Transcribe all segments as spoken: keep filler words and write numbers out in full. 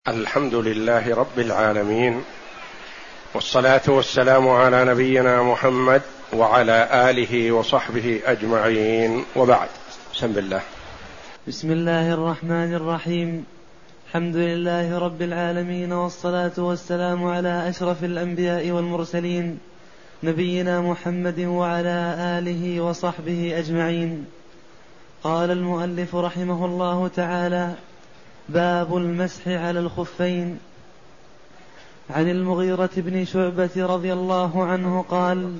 الحمد لله رب العالمين، والصلاة والسلام على نبينا محمد وعلى آله وصحبه أجمعين، وبعد. بسم الله. بسم الله الرحمن الرحيم. الحمد لله رب العالمين، والصلاة والسلام على أشرف الأنبياء والمرسلين، نبينا محمد وعلى آله وصحبه أجمعين. قال المؤلف رحمه الله تعالى: باب المسح على الخفين. عن المغيرة بن شعبة رضي الله عنه قال: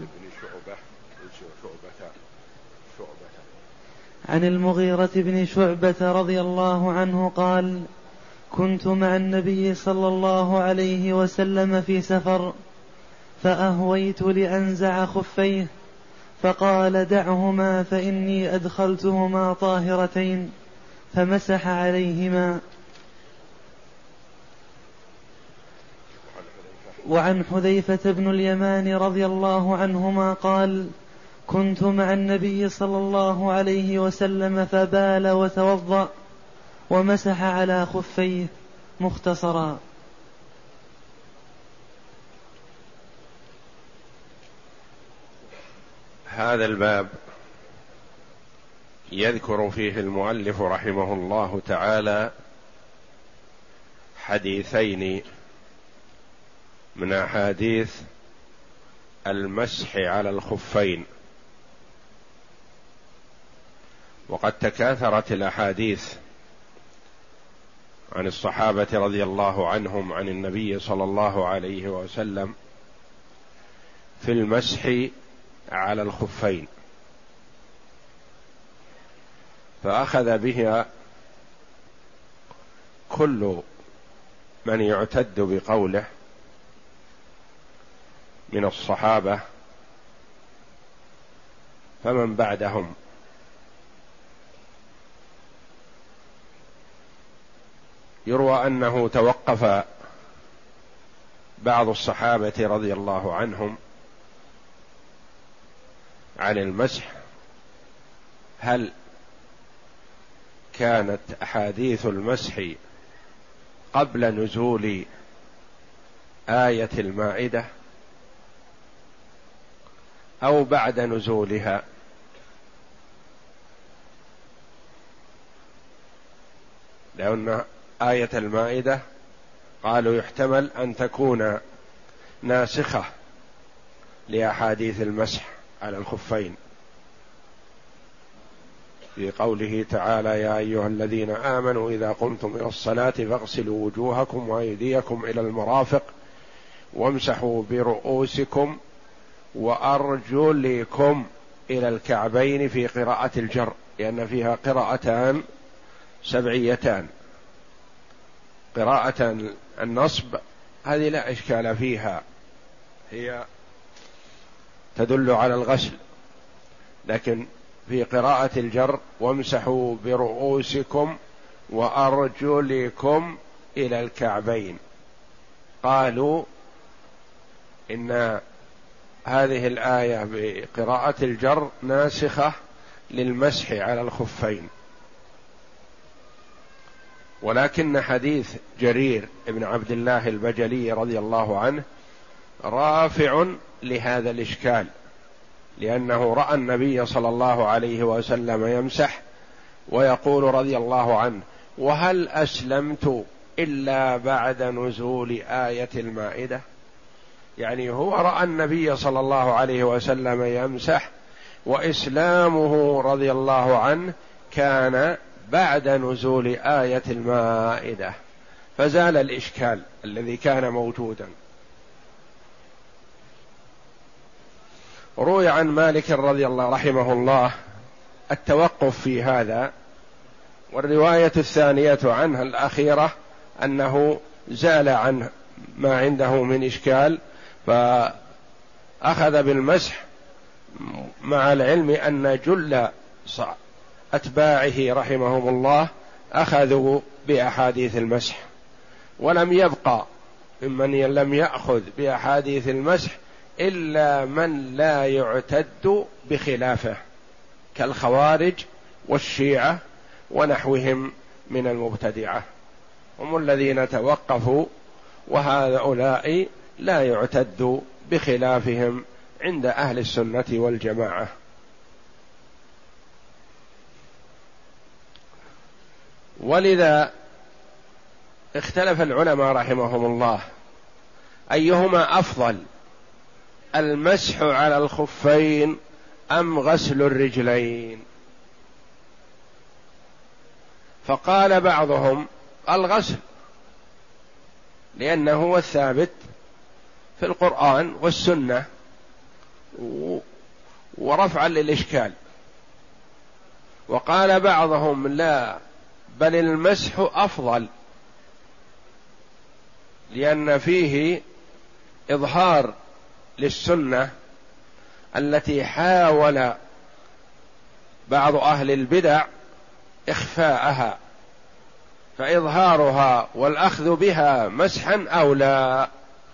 عن المغيرة بن شعبة رضي الله عنه قال: كنت مع النبي صلى الله عليه وسلم في سفر، فأهويت لأنزع خفيه، فقال: دعهما فإني أدخلتهما طاهرتين، فمسح عليهما. وعن حذيفة بن اليمان رضي الله عنهما قال: كنت مع النبي صلى الله عليه وسلم فبال وتوضأ ومسح على خفيه. مختصرا. هذا الباب يذكر فيه المؤلف رحمه الله تعالى حديثين من أحاديث المسح على الخفين، وقد تكاثرت الأحاديث عن الصحابة رضي الله عنهم عن النبي صلى الله عليه وسلم في المسح على الخفين، فأخذ بها كل من يعتد بقوله من الصحابة فمن بعدهم. يروى أنه توقف بعض الصحابة رضي الله عنهم عن المسح، هل كانت أحاديث المسح قبل نزول آية المائدة أو بعد نزولها؟ لأن آية المائدة قالوا يحتمل أن تكون ناسخة لأحاديث المسح على الخفين، في قوله تعالى: يا أيها الذين آمنوا إذا قمتم إلى الصلاة فاغسلوا وجوهكم وأيديكم إلى المرافق وامسحوا برؤوسكم وأرجلكم إلى الكعبين، في قراءة الجر، لأن فيها قراءتان سبعيتان. قراءة النصب هذه لا إشكال فيها، هي تدل على الغسل، لكن في قراءة الجر: وامسحوا برؤوسكم وأرجلكم إلى الكعبين، قالوا إن هذه الآية بقراءة الجر ناسخة للمسح على الخفين. ولكن حديث جرير بن عبد الله البجلي رضي الله عنه رافع لهذا الإشكال، لأنه رأى النبي صلى الله عليه وسلم يمسح ويقول رضي الله عنه: وهل أسلمت إلا بعد نزول آية المائدة؟ يعني هو رأى النبي صلى الله عليه وسلم يمسح، وإسلامه رضي الله عنه كان بعد نزول آية المائدة، فزال الإشكال الذي كان موجودا. روي عن مالك رضي الله رحمه الله التوقف في هذا، والرواية الثانية عنه الأخيرة أنه زال عنه ما عنده من إشكال، فأخذ بالمسح، مع العلم أن جل أتباعه رحمهم الله أخذوا بأحاديث المسح، ولم يبقى ممن لم يأخذ بأحاديث المسح إلا من لا يعتد بخلافه، كالخوارج والشيعة ونحوهم من المبتدعة. هم الذين توقفوا، وهؤلاء لا يعتد بخلافهم عند أهل السنة والجماعة. ولذا اختلف العلماء رحمهم الله أيهما أفضل، المسح على الخفين أم غسل الرجلين؟ فقال بعضهم الغسل، لأنه هو الثابت في القرآن والسنة ورفعا للإشكال. وقال بعضهم لا، بل المسح أفضل، لأن فيه إظهار للسنة التي حاول بعض أهل البدع إخفاءها، فإظهارها والأخذ بها مسحا أولى.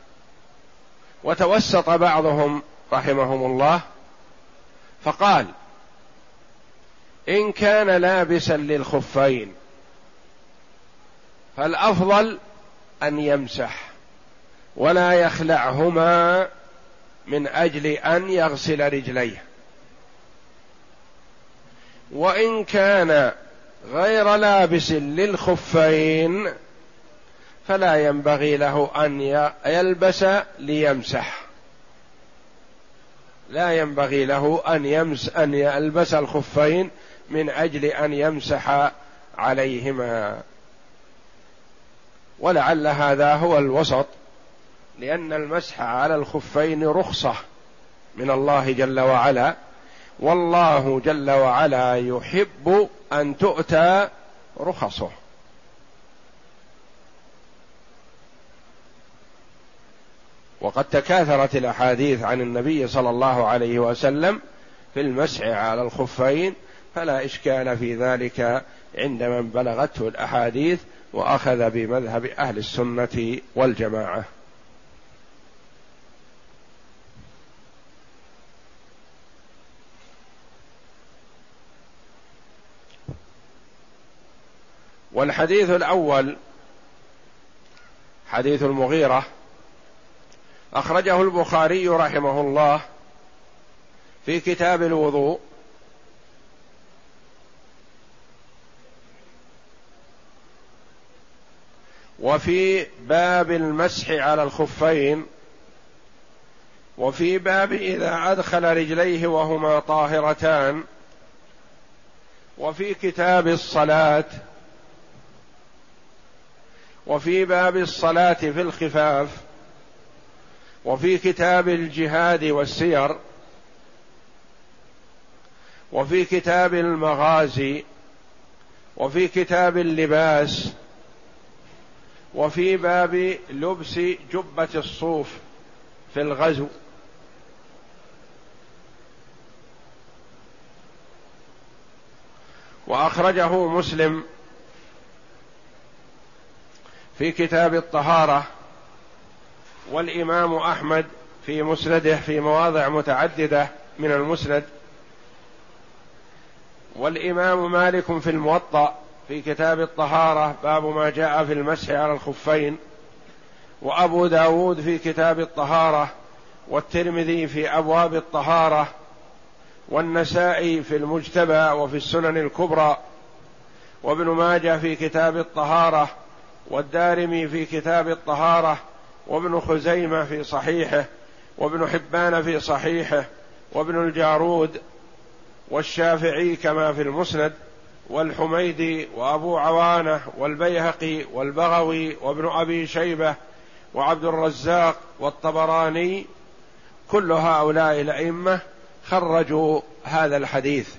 وتوسط بعضهم رحمهم الله فقال إن كان لابسا للخفين فالأفضل أن يمسح ولا يخلعهما من أجل أن يغسل رجليه، وإن كان غير لابس للخفين فلا ينبغي له أن يلبس ليمسح، لا ينبغي له أن يمس أن يلبس الخفين من أجل أن يمسح عليهما. ولعل هذا هو الوسط، لأن المسح على الخفين رخصة من الله جل وعلا، والله جل وعلا يحب أن تؤتى رخصه. وقد تكاثرت الأحاديث عن النبي صلى الله عليه وسلم في المسح على الخفين، فلا إشكال في ذلك عند من بلغته الأحاديث وأخذ بمذهب أهل السنة والجماعة. والحديث الأول حديث المغيرة أخرجه البخاري رحمه الله في كتاب الوضوء، وفي باب المسح على الخفين، وفي باب إذا أدخل رجليه وهما طاهرتان، وفي كتاب الصلاة، وفي باب الصلاة في الخفاف، وفي كتاب الجهاد والسير، وفي كتاب المغازي، وفي كتاب اللباس، وفي باب لبس جبة الصوف في الغزو. وأخرجه مسلم في كتاب الطهارة، والإمام أحمد في مسنده في مواضع متعددة من المسند، والإمام مالك في الموطأ في كتاب الطهارة باب ما جاء في المسح على الخفين، وأبو داود في كتاب الطهارة، والترمذي في أبواب الطهارة، والنسائي في المجتبى وفي السنن الكبرى، وابن ماجه في كتاب الطهارة، والدارمي في كتاب الطهارة، وابن خزيمة في صحيحه، وابن حبان في صحيحه، وابن الجارود، والشافعي كما في المسند، والحميدي، وأبو عوانة، والبيهقي، والبغوي، وابن أبي شيبة، وعبد الرزاق، والطبراني. كل هؤلاء الأئمة خرجوا هذا الحديث،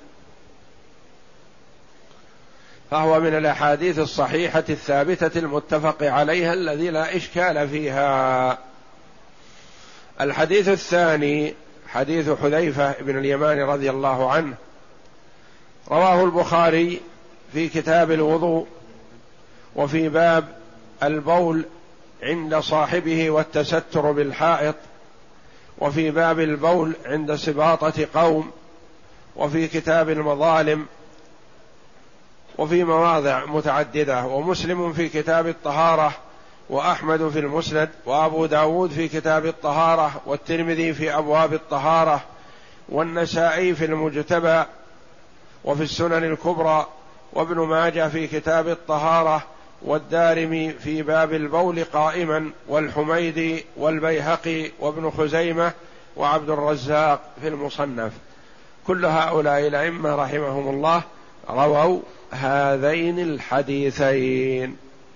فهو من الأحاديث الصحيحة الثابتة المتفق عليها الذي لا إشكال فيها. الحديث الثاني حديث حذيفة بن اليمان رضي الله عنه، رواه البخاري في كتاب الوضوء، وفي باب البول عند صاحبه والتستر بالحائط، وفي باب البول عند سباطة قوم، وفي كتاب المظالم، وفي مواضع متعددة، ومسلم في كتاب الطهارة، وأحمد في المسند، وأبو داود في كتاب الطهارة، والترمذي في أبواب الطهارة، والنسائي في المجتبى وفي السنن الكبرى، وابن ماجه في كتاب الطهارة، والدارمي في باب البول قائما، والحميدي والبيهقي وابن خزيمة وعبد الرزاق في المصنف. كل هؤلاء الأئمة رحمهم الله رووا هذين الحديثين.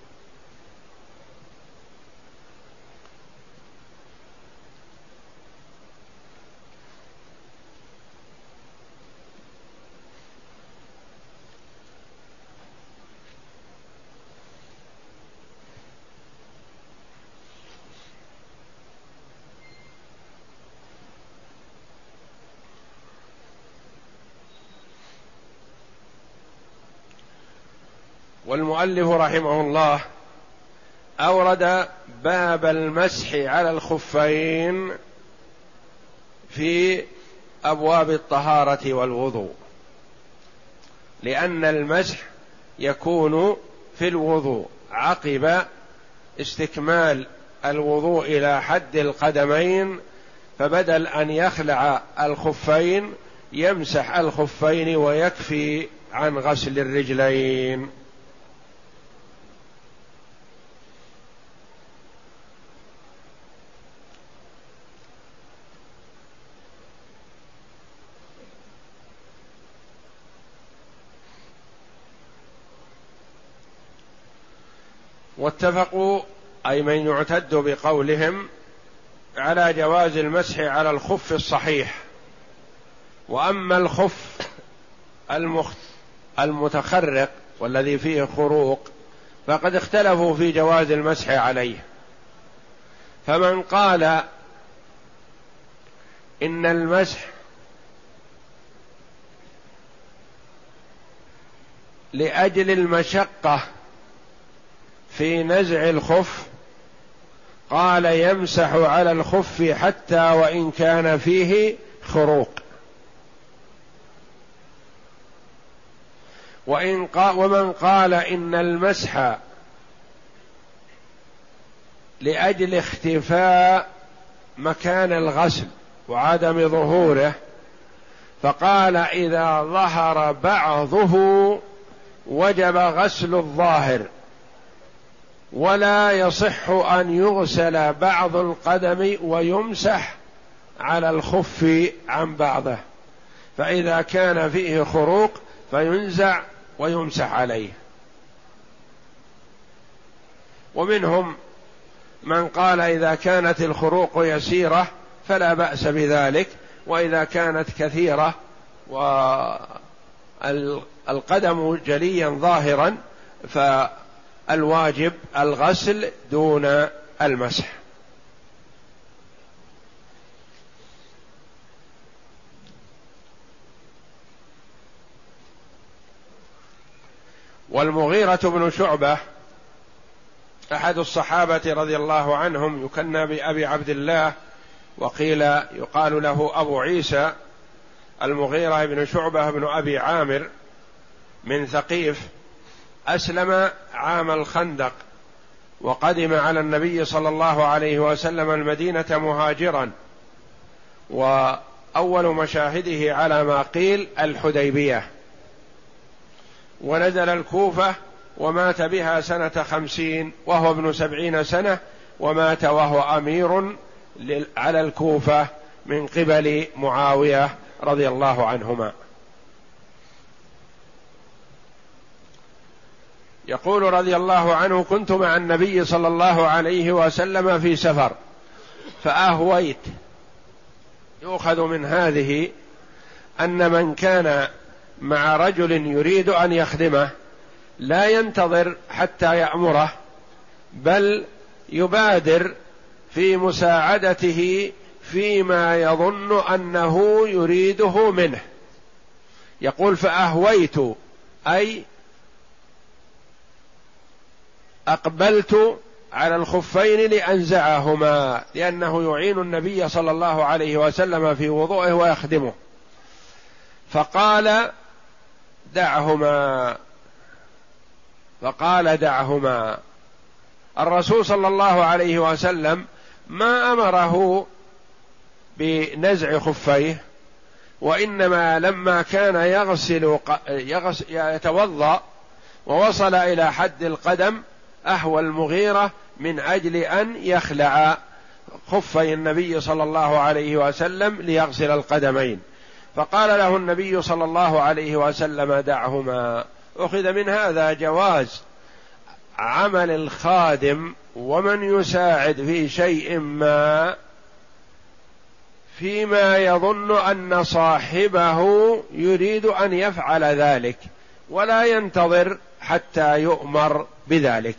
والمؤلف رحمه الله أورد باب المسح على الخفين في أبواب الطهارة والوضوء، لأن المسح يكون في الوضوء عقب استكمال الوضوء إلى حد القدمين، فبدل أن يخلع الخفين يمسح الخفين ويكفي عن غسل الرجلين. واتفقوا أي من يعتد بقولهم على جواز المسح على الخف الصحيح، وأما الخف المتخرق والذي فيه خروق فقد اختلفوا في جواز المسح عليه. فمن قال إن المسح لأجل المشقة في نزع الخف قال يمسح على الخف حتى وإن كان فيه خروق، وإن قال ومن قال إن المسح لأجل اختفاء مكان الغسل وعدم ظهوره فقال إذا ظهر بعضه وجب غسل الظاهر، ولا يصح أن يغسل بعض القدم ويمسح على الخف عن بعضه، فإذا كان فيه خروق فينزع ويمسح عليه. ومنهم من قال إذا كانت الخروق يسيرة فلا بأس بذلك، وإذا كانت كثيرة والقدم جليا ظاهرا فالواجب الغسل دون المسح. والمغيرة بن شعبة أحد الصحابة رضي الله عنهم يكنى بأبي عبد الله، وقيل يقال له أبو عيسى، المغيرة بن شعبة بن أبي عامر من ثقيف، أسلم عام الخندق وقدم على النبي صلى الله عليه وسلم المدينة مهاجرا، وأول مشاهده على ما قيل الحديبية، ونزل الكوفة ومات بها سنة خمسين وهو ابن سبعين سنة، ومات وهو أمير على الكوفة من قبل معاوية رضي الله عنهما. يقول رضي الله عنه: كنت مع النبي صلى الله عليه وسلم في سفر فأهويت. يؤخذ من هذه أن من كان مع رجل يريد أن يخدمه لا ينتظر حتى يأمره، بل يبادر في مساعدته فيما يظن أنه يريده منه. يقول فأهويت أي أقبلت على الخفين لأنزعهما، لأنه يعين النبي صلى الله عليه وسلم في وضوءه ويخدمه، فقال دعهما فقال دعهما. الرسول صلى الله عليه وسلم ما أمره بنزع خفيه، وإنما لما كان يغسل يتوضأ ووصل إلى حد القدم أهوى المغيرة من أجل أن يخلع خفي النبي صلى الله عليه وسلم ليغسل القدمين، فقال له النبي صلى الله عليه وسلم دعهما. أخذ من هذا جواز عمل الخادم ومن يساعد في شيء ما فيما يظن أن صاحبه يريد أن يفعل ذلك، ولا ينتظر حتى يؤمر بذلك.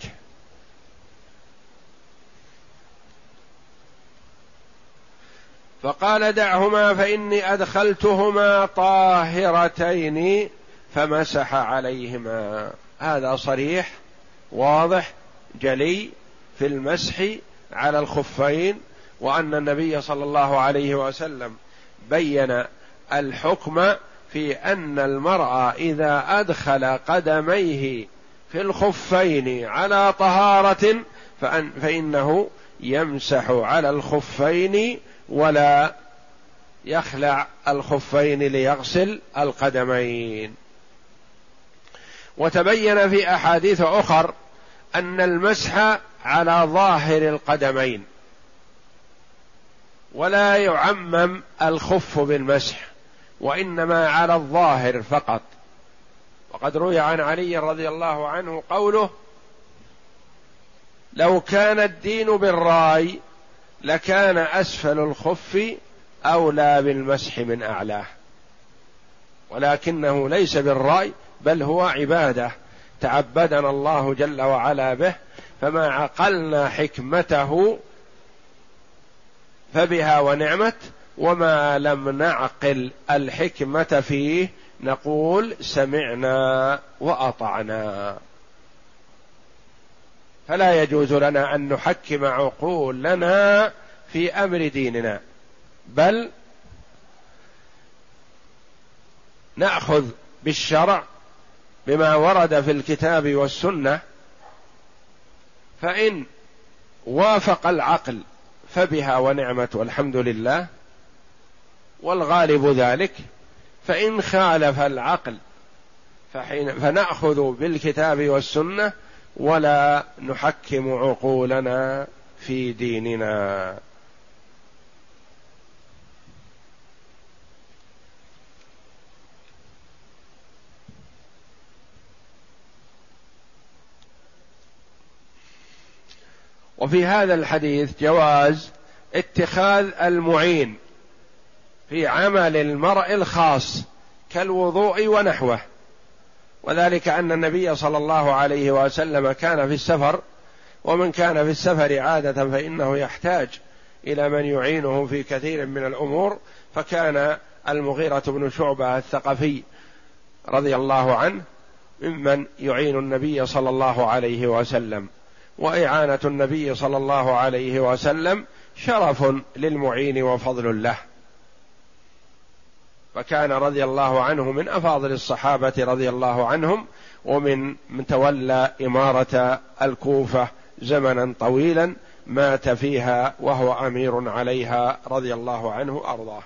فقال دعهما فإني أدخلتهما طاهرتين فمسح عليهما. هذا صريح واضح جلي في المسح على الخفين، وأن النبي صلى الله عليه وسلم بين الحكم في أن المرء إذا أدخل قدميه في الخفين على طهارة فإنه يمسح على الخفين ولا يخلع الخفين ليغسل القدمين. وتبين في أحاديث أخر أن المسح على ظاهر القدمين ولا يعمم الخف بالمسح، وإنما على الظاهر فقط. وقد روي عن علي رضي الله عنه قوله: لو كان الدين بالرأي لكان أسفل الخف أولى بالمسح من أعلاه، ولكنه ليس بالرأي بل هو عبادة تعبدنا الله جل وعلا به، فما عقلنا حكمته فبها ونعمت، وما لم نعقل الحكمة فيه نقول سمعنا وأطعنا. فلا يجوز لنا أن نحكم عقولنا في أمر ديننا، بل نأخذ بالشرع بما ورد في الكتاب والسنة، فإن وافق العقل فبها ونعمت والحمد لله والغالب ذلك، فإن خالف العقل فحين فنأخذ بالكتاب والسنة ولا نحكم عقولنا في ديننا. وفي هذا الحديث جواز اتخاذ المعين في عمل المرء الخاص كالوضوء ونحوه، وذلك أن النبي صلى الله عليه وسلم كان في السفر، ومن كان في السفر عادة فإنه يحتاج إلى من يعينه في كثير من الأمور، فكان المغيرة بن شعبة الثقفي رضي الله عنه ممن يعين النبي صلى الله عليه وسلم، وإعانة النبي صلى الله عليه وسلم شرف للمعين وفضل له، فكان رضي الله عنه من أفاضل الصحابة رضي الله عنهم، ومن من تولى إمارة الكوفة زمنا طويلا مات فيها وهو أمير عليها رضي الله عنه أرضاه.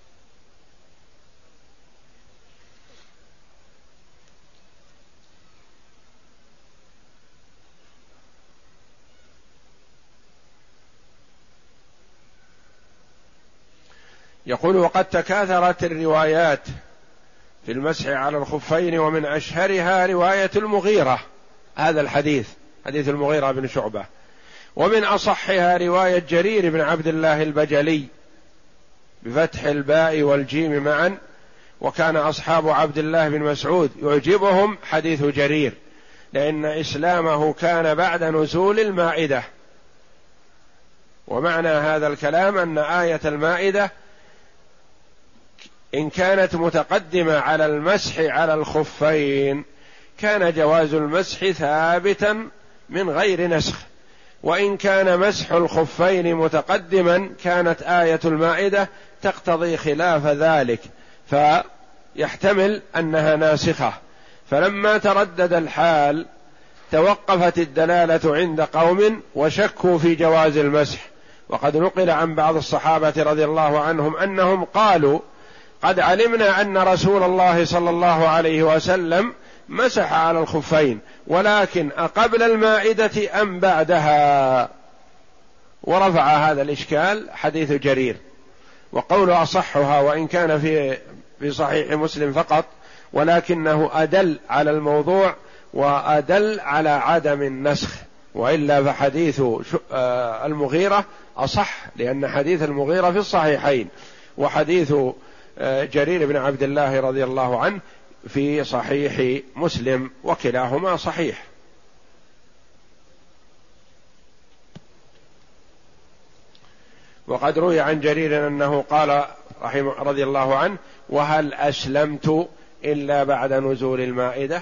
يقول: وقد تكاثرت الروايات في المسح على الخفين، ومن أشهرها رواية المغيرة، هذا الحديث حديث المغيرة بن شعبة، ومن أصحها رواية جرير بن عبد الله البجلي بفتح الباء والجيم معا. وكان أصحاب عبد الله بن مسعود يعجبهم حديث جرير، لأن إسلامه كان بعد نزول المائدة، ومعنى هذا الكلام أن آية المائدة إن كانت متقدمة على المسح على الخفين كان جواز المسح ثابتا من غير نسخ، وإن كان مسح الخفين متقدما كانت آية المائدة تقتضي خلاف ذلك، فيحتمل أنها ناسخة. فلما تردد الحال توقفت الدلالة عند قوم وشكوا في جواز المسح. وقد نقل عن بعض الصحابة رضي الله عنهم أنهم قالوا: قد علمنا أن رسول الله صلى الله عليه وسلم مسح على الخفين، ولكن أقبل المائدة أم بعدها؟ ورفع هذا الإشكال حديث جرير، وقول أصحها وإن كان في في صحيح مسلم فقط، ولكنه أدل على الموضوع وأدل على عدم النسخ، وإلا فحديث المغيرة أصح، لأن حديث المغيرة في الصحيحين، وحديث جرير بن عبد الله رضي الله عنه في صحيح مسلم، وكلاهما صحيح. وقد روي عن جرير أنه قال رحمه رضي الله عنه: وهل أسلمت إلا بعد نزول المائدة؟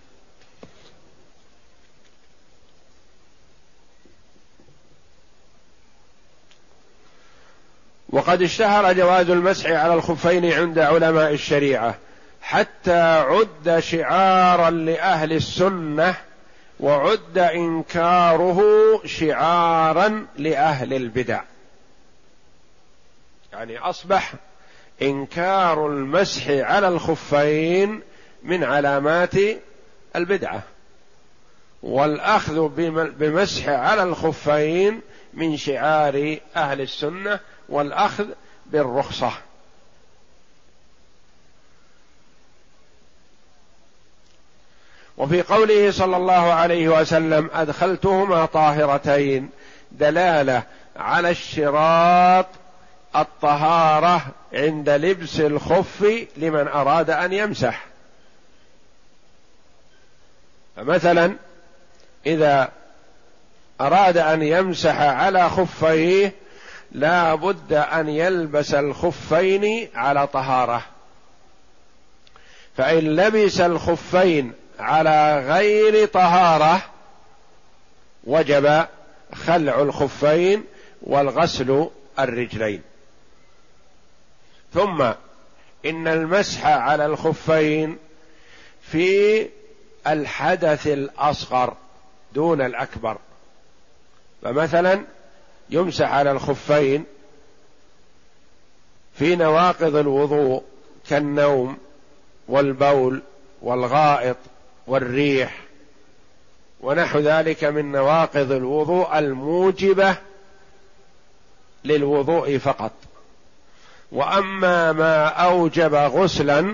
وقد اشتهر جواز المسح على الخفين عند علماء الشريعة حتى عد شعارا لأهل السنة، وعد إنكاره شعارا لأهل البدع. يعني أصبح إنكار المسح على الخفين من علامات البدعة، والأخذ بمسح على الخفين من شعار أهل السنة، والأخذ بالرخصة. وفي قوله صلى الله عليه وسلم: أدخلتهما طاهرتين، دلالة على اشتراط الطهارة عند لبس الخف لمن أراد أن يمسح. فمثلا إذا أراد أن يمسح على خفيه لا بد أن يلبس الخفين على طهارة، فإن لبس الخفين على غير طهارة وجب خلع الخفين والغسل الرجلين. ثم إن المسح على الخفين في الحدث الأصغر دون الأكبر، فمثلا يمسح على الخفين في نواقض الوضوء كالنوم والبول والغائط والريح ونحو ذلك من نواقض الوضوء الموجبة للوضوء فقط. وأما ما أوجب غسلا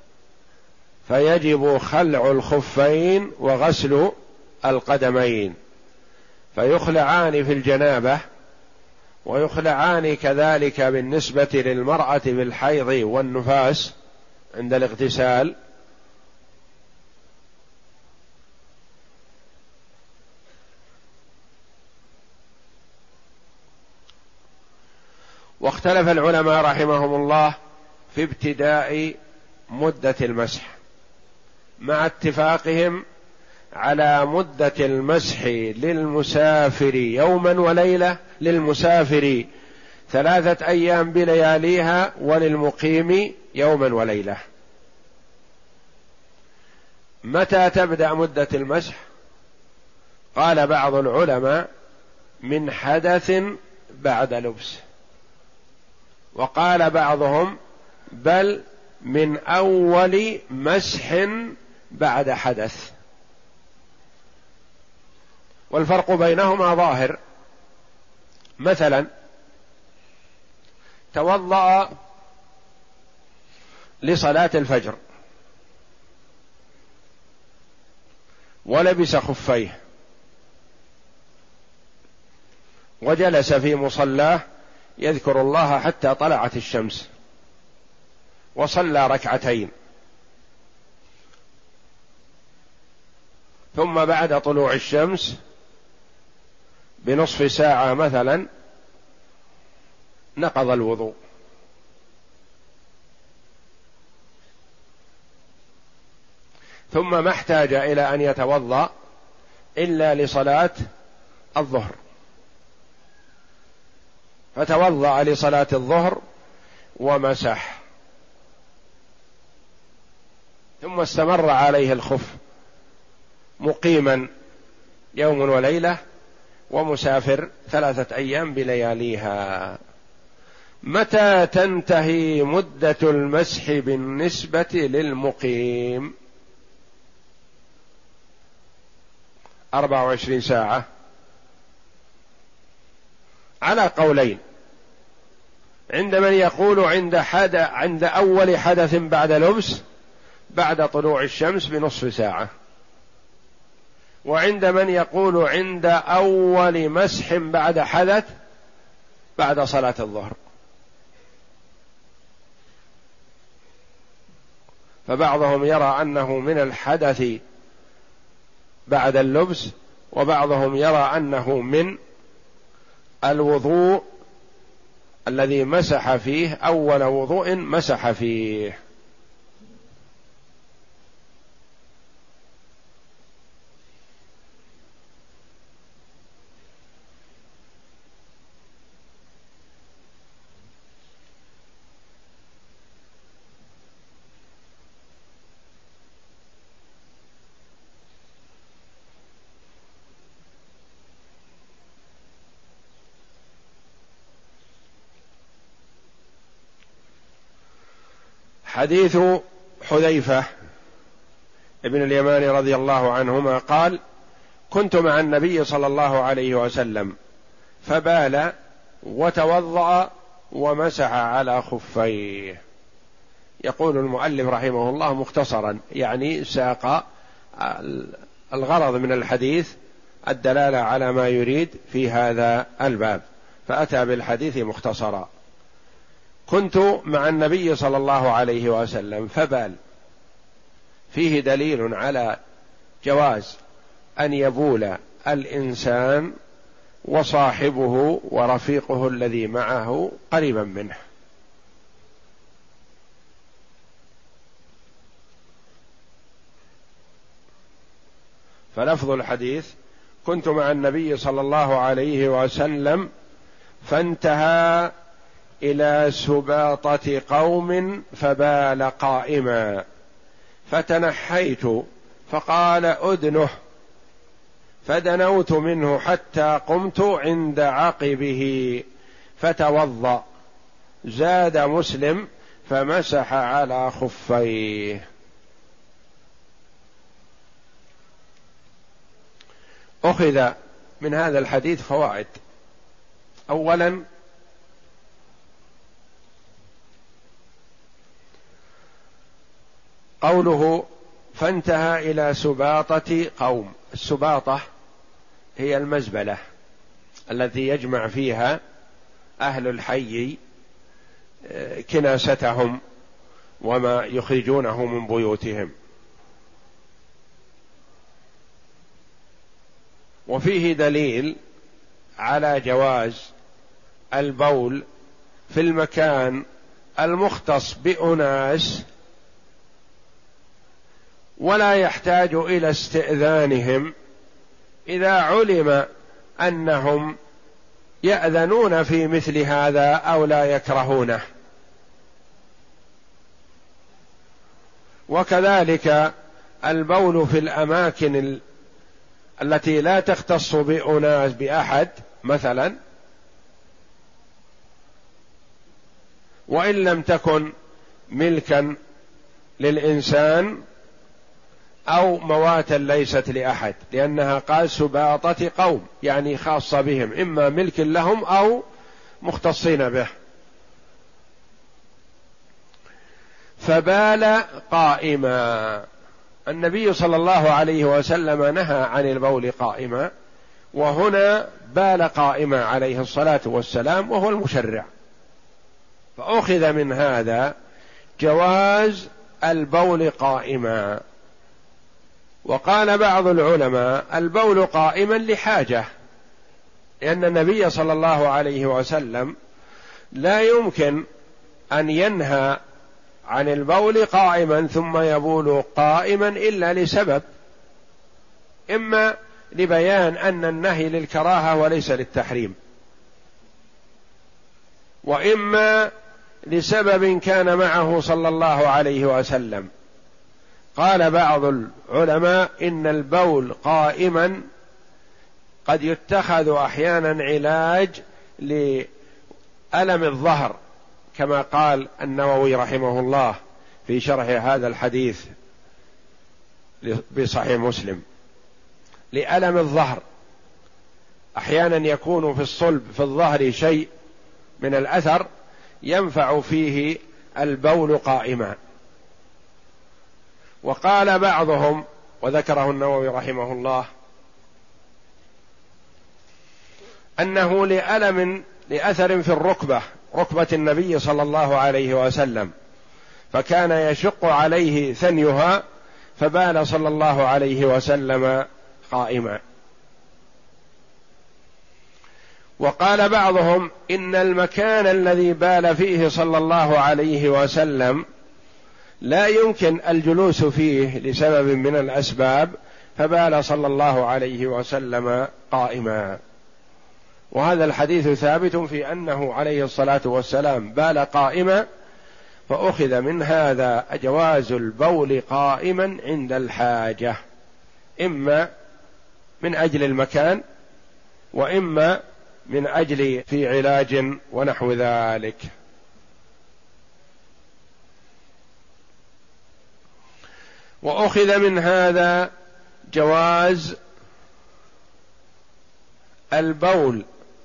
فيجب خلع الخفين وغسل القدمين، فيخلعان في الجنابة، ويخلعان كذلك بالنسبة للمرأة بالحيض والنفاس عند الاغتسال. واختلف العلماء رحمهم الله في ابتداء مدة المسح، مع اتفاقهم على مدة المسح للمسافر يوما وليلة، للمسافر ثلاثة أيام بلياليها، وللمقيم يوما وليلة. متى تبدأ مدة المسح؟ قال بعض العلماء: من حدث بعد لبس، وقال بعضهم: بل من أول مسح بعد حدث. والفرق بينهما ظاهر. مثلا توضأ لصلاة الفجر ولبس خفيه وجلس في مصلاه يذكر الله حتى طلعت الشمس، وصلى ركعتين، ثم بعد طلوع الشمس بنصف ساعة مثلا نقض الوضوء، ثم ما احتاج إلى أن يتوضأ إلا لصلاة الظهر، فتوضأ لصلاة الظهر ومسح، ثم استمر عليه الخف مقيما يوم وليلة، ومسافر ثلاثة أيام بلياليها. متى تنتهي مدة المسح بالنسبة للمقيم؟ أربع وعشرين ساعة على قولين، عند من يقول عند حدث عند أول حدث بعد لبس بعد طلوع الشمس بنصف ساعة، وعند من يقول عند أول مسح بعد حدث بعد صلاة الظهر. فبعضهم يرى أنه من الحدث بعد اللبس، وبعضهم يرى أنه من الوضوء الذي مسح فيه، أول وضوء مسح فيه. حديث حذيفة ابن اليمان رضي الله عنهما قال: كنت مع النبي صلى الله عليه وسلم فبال وتوضأ ومسح على خفيه. يقول المؤلف رحمه الله مختصرا، يعني ساق الغرض من الحديث الدلالة على ما يريد في هذا الباب، فأتى بالحديث مختصرا. كنت مع النبي صلى الله عليه وسلم فبال، فيه دليل على جواز أن يبول الإنسان وصاحبه ورفيقه الذي معه قريبا منه. فلفظ الحديث: كنت مع النبي صلى الله عليه وسلم فانتهى إلى سباطة قوم فبال قائما فتنحيت فقال أدنه، فدنوت منه حتى قمت عند عقبه فتوضأ. زاد مسلم: فمسح على خفيه. أخذ من هذا الحديث فوائد. أولا، قوله فانتهى إلى سباطة قوم. السباطة هي المزبلة التي يجمع فيها أهل الحي كناستهم وما يخرجونه من بيوتهم. وفيه دليل على جواز البول في المكان المختص بأناس ولا يحتاج إلى استئذانهم إذا علم أنهم يأذنون في مثل هذا أو لا يكرهونه. وكذلك البول في الأماكن التي لا تختص بأناس بأحد، مثلا وإن لم تكن ملكا للإنسان أو مواتا ليست لأحد، لأنها قال سباطة قوم، يعني خاصة بهم، إما ملك لهم أو مختصين به. فبال قائما. النبي صلى الله عليه وسلم نهى عن البول قائما، وهنا بال قائما عليه الصلاة والسلام وهو المشرع. فأخذ من هذا جواز البول قائما. وقال بعض العلماء البول قائما لحاجة، لأن النبي صلى الله عليه وسلم لا يمكن أن ينهى عن البول قائما ثم يبول قائما إلا لسبب، إما لبيان أن النهي للكراهة وليس للتحريم، وإما لسبب كان معه صلى الله عليه وسلم. قال بعض العلماء إن البول قائما قد يتخذ أحيانا علاج لألم الظهر، كما قال النووي رحمه الله في شرح هذا الحديث بصحيح مسلم، لألم الظهر أحيانا يكون في الصلب في الظهر شيء من الأثر ينفع فيه البول قائما. وقال بعضهم وذكره النووي رحمه الله أنه لألم لأثر في الركبة، ركبة النبي صلى الله عليه وسلم، فكان يشق عليه ثنيها فبال صلى الله عليه وسلم قائما. وقال بعضهم إن المكان الذي بال فيه صلى الله عليه وسلم لا يمكن الجلوس فيه لسبب من الأسباب، فبال صلى الله عليه وسلم قائما. وهذا الحديث ثابت في أنه عليه الصلاة والسلام بال قائما، فأخذ من هذا جواز البول قائما عند الحاجة، إما من أجل المكان وإما من أجل في علاج ونحو ذلك. وأخذ من هذا جواز البول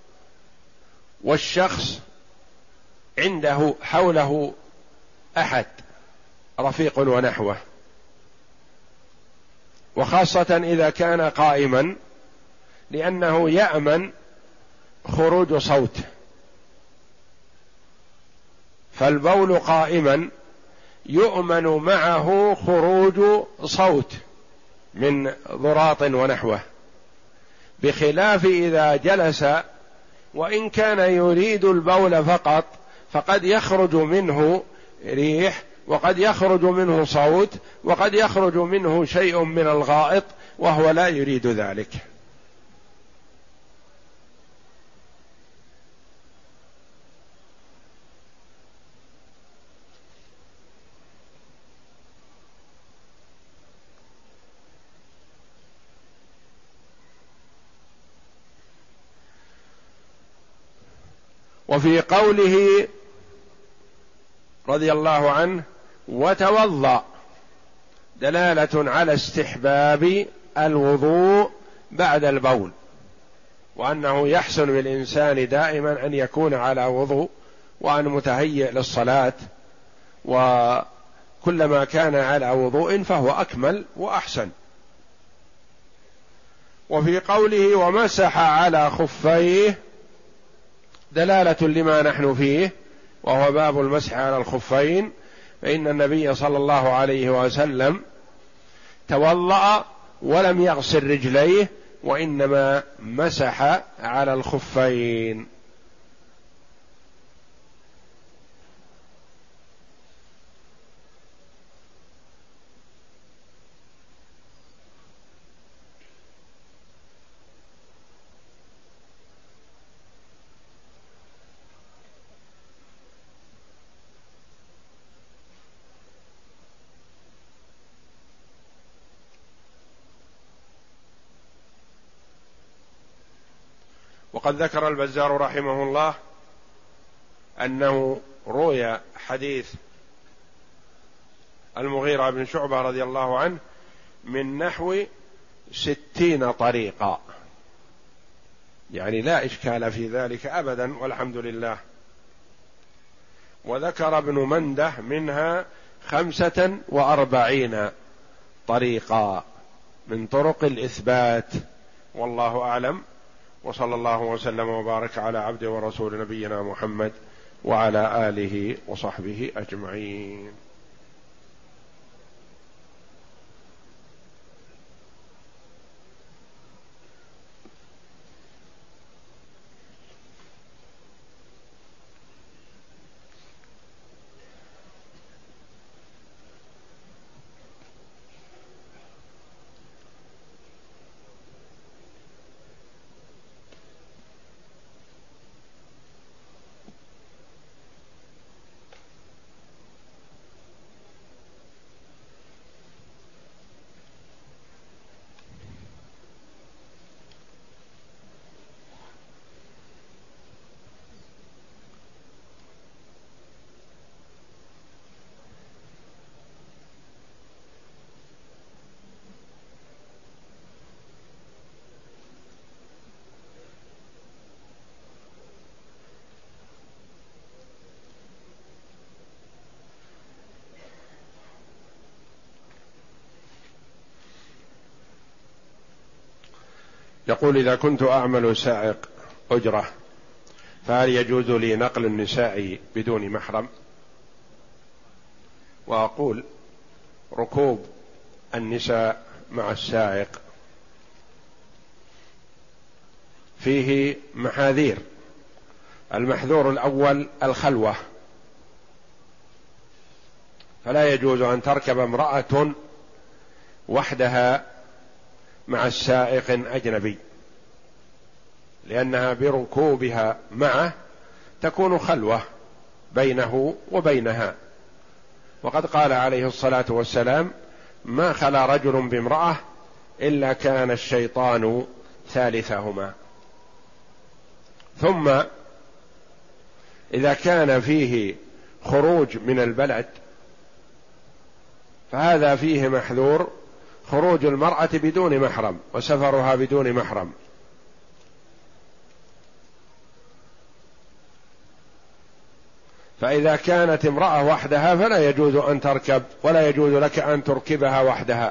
والشخص عنده حوله أحد رفيق ونحوه، وخاصة إذا كان قائما، لأنه يأمن خروج صوت، فالبول قائما يؤمن معه خروج صوت من ضراط ونحوه، بخلاف إذا جلس وإن كان يريد البول فقط فقد يخرج منه ريح وقد يخرج منه صوت وقد يخرج منه شيء من الغائط وهو لا يريد ذلك. وفي قوله رضي الله عنه وتوضأ دلالة على استحباب الوضوء بعد البول، وأنه يحسن بالإنسان دائما أن يكون على وضوء وأن متهيئ للصلاة، وكلما كان على وضوء فهو أكمل وأحسن. وفي قوله ومسح على خفيه دلالة لما نحن فيه، وهو باب المسح على الخفين، فإن النبي صلى الله عليه وسلم توضأ ولم يغسل رجليه وإنما مسح على الخفين. وقد ذكر البزار رحمه الله أنه روي حديث المغيرة بن شعبة رضي الله عنه من نحو ستين طريقا، يعني لا إشكال في ذلك أبدا والحمد لله. وذكر ابن منده منها خمسة وأربعين طريقا من طرق الإثبات، والله أعلم. وصلى الله وسلم وبارك على عبده ورسول نبينا محمد وعلى آله وصحبه أجمعين. يقول: إذا كنت أعمل سائق أجرة فهل يجوز لي نقل النساء بدون محرم؟ وأقول: ركوب النساء مع السائق فيه محاذير. المحذور الأول الخلوة، فلا يجوز أن تركب امرأة وحدها مع السائق أجنبي، لأنها بركوبها معه تكون خلوة بينه وبينها. وقد قال عليه الصلاة والسلام: ما خلا رجل بامرأة إلا كان الشيطان ثالثهما. ثم إذا كان فيه خروج من البلد فهذا فيه محذور، خروج المرأة بدون محرم وسفرها بدون محرم. فإذا كانت امرأة وحدها فلا يجوز أن تركب، ولا يجوز لك أن تركبها وحدها.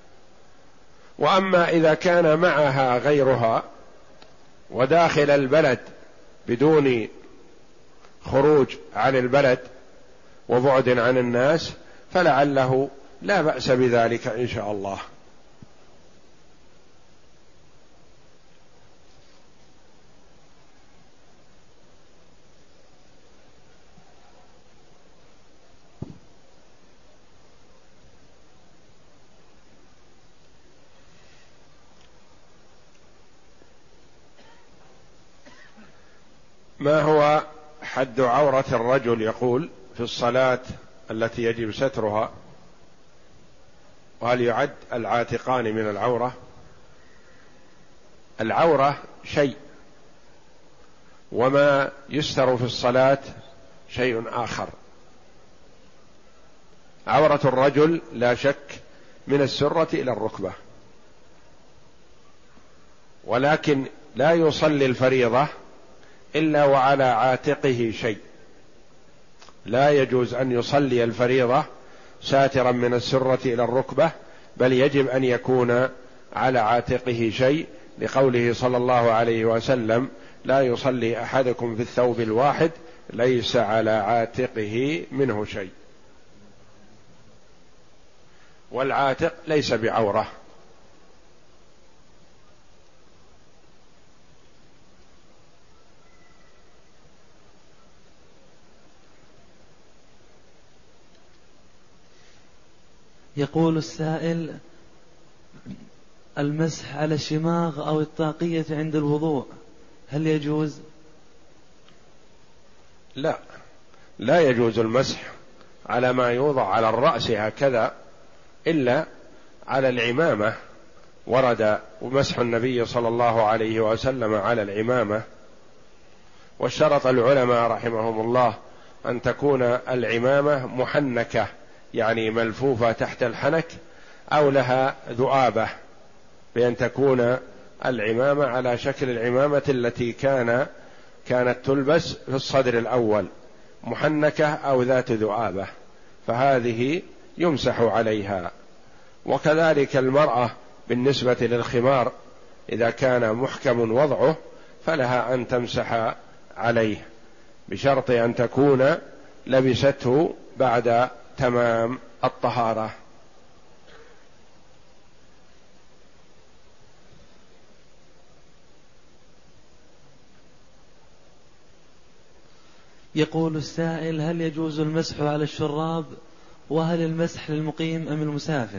وأما إذا كان معها غيرها وداخل البلد بدون خروج عن البلد وبعد عن الناس فلعله لا بأس بذلك إن شاء الله. ما هو حد عورة الرجل يقول في الصلاة التي يجب سترها؟ وهل يعد العاتقان من العورة؟ العورة شيء، وما يستر في الصلاة شيء آخر. عورة الرجل لا شك من السرة إلى الركبة، ولكن لا يصلي الفريضة إلا وعلى عاتقه شيء. لا يجوز أن يصلي الفريضة ساترا من السرة إلى الركبة، بل يجب أن يكون على عاتقه شيء، لقوله صلى الله عليه وسلم: لا يصلي أحدكم في الثوب الواحد ليس على عاتقه منه شيء. والعاتق ليس بعورة. يقول السائل: المسح على الشماغ أو الطاقية عند الوضوء هل يجوز؟ لا، لا يجوز المسح على ما يوضع على الرأس هكذا إلا على العمامة. ورد مسح النبي صلى الله عليه وسلم على العمامة، واشترط العلماء رحمهم الله أن تكون العمامة محنكة، يعني ملفوفة تحت الحنك، أو لها ذؤابة، بأن تكون العمامة على شكل العمامة التي كان كانت تلبس في الصدر الأول، محنكة أو ذات ذؤابة، فهذه يمسح عليها. وكذلك المرأة بالنسبة للخمار إذا كان محكم وضعه فلها أن تمسح عليه، بشرط أن تكون لبسته بعد تمام الطهارة. يقول السائل: هل يجوز المسح على الشراب؟ وهل المسح للمقيم أم المسافر؟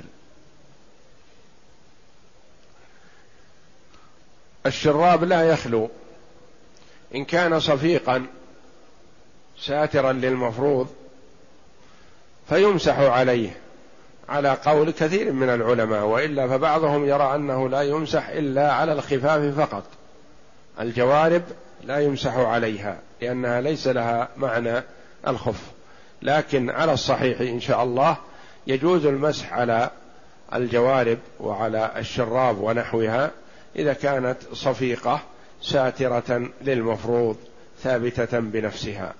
الشراب لا يخلو، إن كان صفيقا ساترا للمفروض فيمسح عليه على قول كثير من العلماء، وإلا فبعضهم يرى أنه لا يمسح إلا على الخفاف فقط، الجوارب لا يمسح عليها لأنها ليس لها معنى الخف. لكن على الصحيح إن شاء الله يجوز المسح على الجوارب وعلى الشراب ونحوها إذا كانت صفيقة ساترة للمفروض ثابتة بنفسها.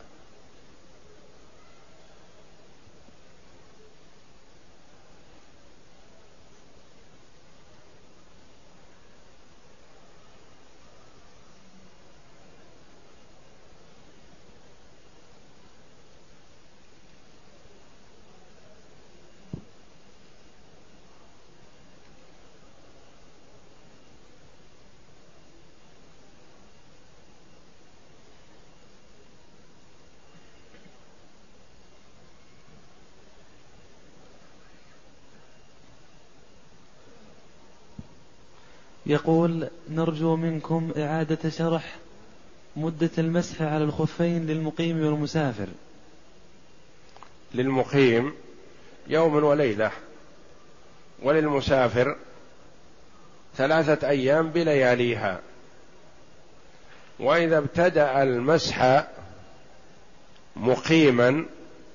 يقول: نرجو منكم إعادة شرح مدة المسح على الخفين للمقيم والمسافر. للمقيم يوم وليلة، وللمسافر ثلاثة أيام بلياليها. وإذا ابتدأ المسح مقيما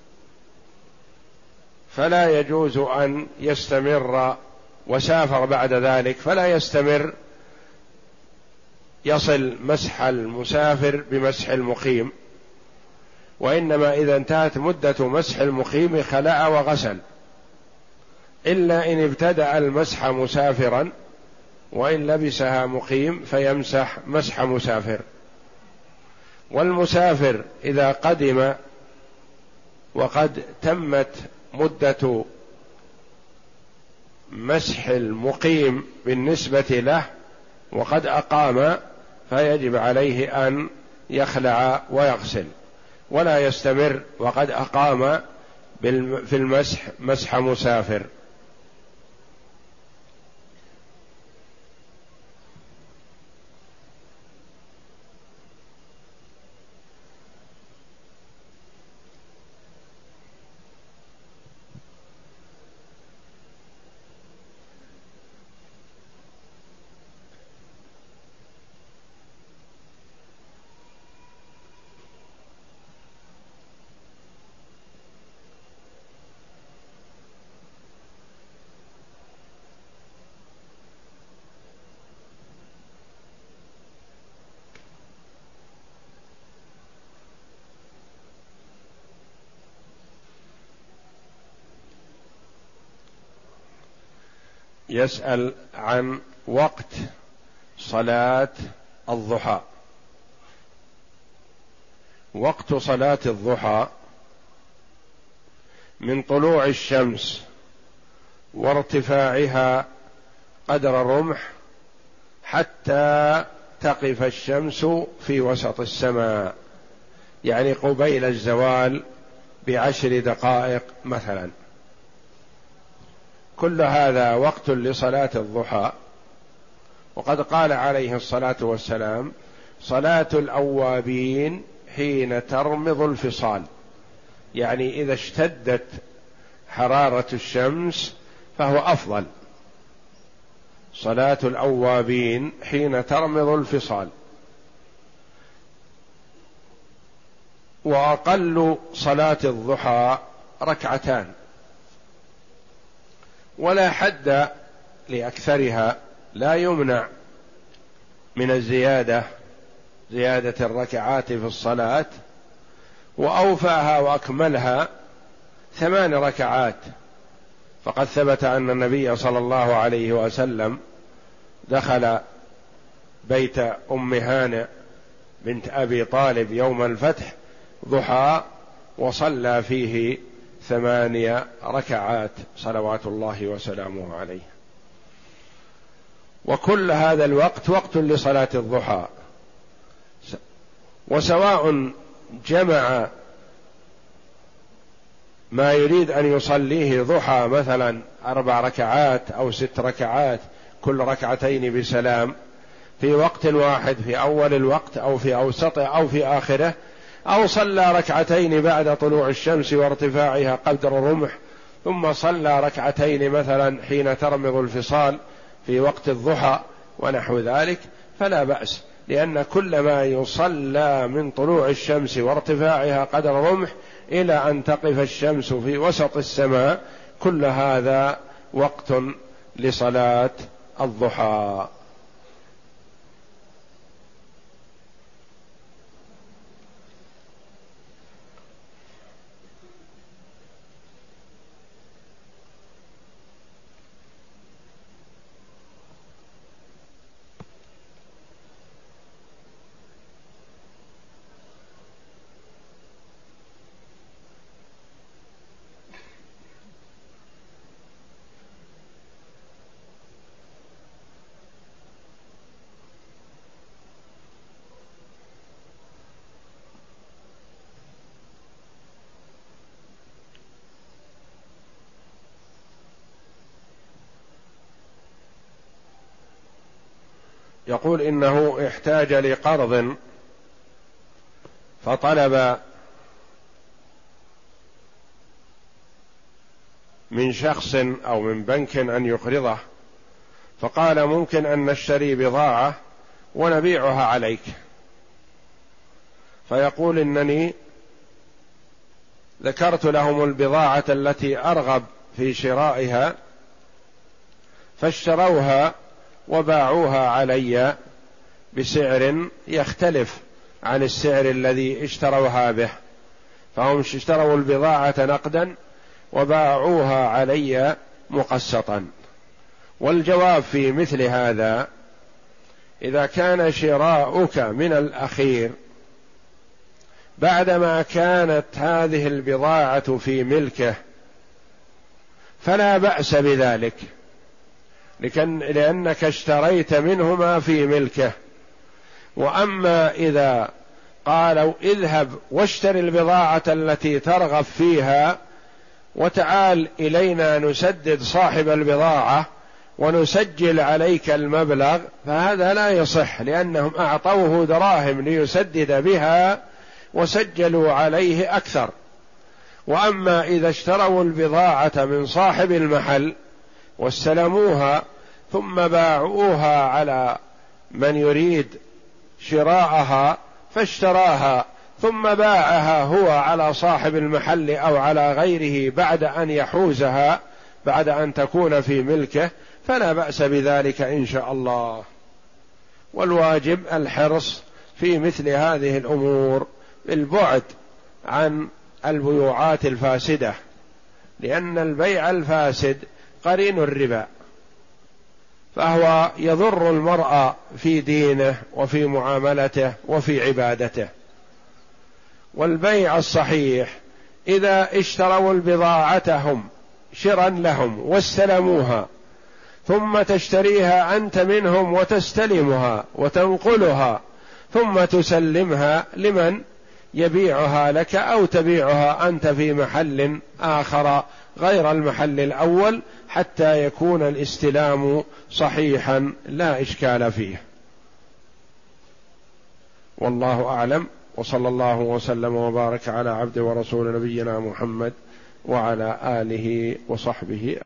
فلا يجوز أن يستمر، وسافر بعد ذلك فلا يستمر، يصل مسح المسافر بمسح المقيم، وإنما إذا انتهت مدة مسح المقيم خلع وغسل، إلا إن ابتدأ المسح مسافرا، وإن لبسها مقيم فيمسح مسح مسافر. والمسافر إذا قدم وقد تمت مدة مسح المقيم بالنسبة له وقد أقام، فيجب عليه أن يخلع ويغسل، ولا يستمر وقد أقام في المسح مسح مسافر. يسأل عن وقت صلاة الضحى. وقت صلاة الضحى من طلوع الشمس وارتفاعها قدر الرمح حتى تقف الشمس في وسط السماء، يعني قبيل الزوال بعشر دقائق مثلا. كل هذا وقت لصلاة الضحى. وقد قال عليه الصلاة والسلام: صلاة الأوابين حين ترمض الفصال، يعني إذا اشتدت حرارة الشمس فهو أفضل. صلاة الأوابين حين ترمض الفصال. وأقل صلاة الضحى ركعتان، ولا حد لأكثرها، لا يمنع من الزيادة، زيادة الركعات في الصلاة. وأوفاها وأكملها ثمان ركعات، فقد ثبت أن النبي صلى الله عليه وسلم دخل بيت أم هانئ بنت أبي طالب يوم الفتح ضحى وصلى فيه ثمانية ركعات صلوات الله وسلامه عليه. وكل هذا الوقت وقت لصلاة الضحى، وسواء جمع ما يريد أن يصليه ضحى مثلا أربع ركعات أو ست ركعات كل ركعتين بسلام في وقت واحد، في أول الوقت أو في أوسطه أو في آخره، أو صلى ركعتين بعد طلوع الشمس وارتفاعها قدر الرمح، ثم صلى ركعتين مثلا حين ترمض الفصال في وقت الضحى ونحو ذلك، فلا بأس، لأن كل ما يصلى من طلوع الشمس وارتفاعها قدر الرمح إلى أن تقف الشمس في وسط السماء، كل هذا وقت لصلاة الضحى. يقول إنه احتاج لقرض فطلب من شخص أو من بنك أن يقرضه، فقال ممكن أن نشتري بضاعة ونبيعها عليك، فيقول إنني ذكرت لهم البضاعة التي أرغب في شرائها فاشتروها وباعوها علي بسعر يختلف عن السعر الذي اشتروها به، فهم اشتروا البضاعة نقدا وباعوها علي مقسطا. والجواب في مثل هذا: إذا كان شراؤك من الأخير بعدما كانت هذه البضاعة في ملكه فلا بأس بذلك، لأنك اشتريت منه ما في ملكه. وأما إذا قالوا اذهب واشتري البضاعة التي ترغب فيها وتعال إلينا نسدد صاحب البضاعة ونسجل عليك المبلغ، فهذا لا يصح، لأنهم أعطوه دراهم ليسدد بها وسجلوا عليه أكثر. وأما إذا اشتروا البضاعة من صاحب المحل واستلموها ثم باعوها على من يريد شراءها فاشتراها ثم باعها هو على صاحب المحل أو على غيره بعد أن يحوزها، بعد أن تكون في ملكه، فلا بأس بذلك إن شاء الله. والواجب الحرص في مثل هذه الأمور بالبعد عن البيوعات الفاسدة، لأن البيع الفاسد قرين الربا، فهو يضر المرء في دينه وفي معاملته وفي عبادته. والبيع الصحيح إذا اشتروا البضاعة هم شرا لهم واستلموها ثم تشتريها أنت منهم وتستلمها وتنقلها ثم تسلمها لمن يبيعها لك أو تبيعها أنت في محل آخر غير المحل الأول حتى يكون الاستلام صحيحا لا إشكال فيه. والله أعلم، وصلى الله وسلم وبارك على عبد ورسول نبينا محمد وعلى آله وصحبه.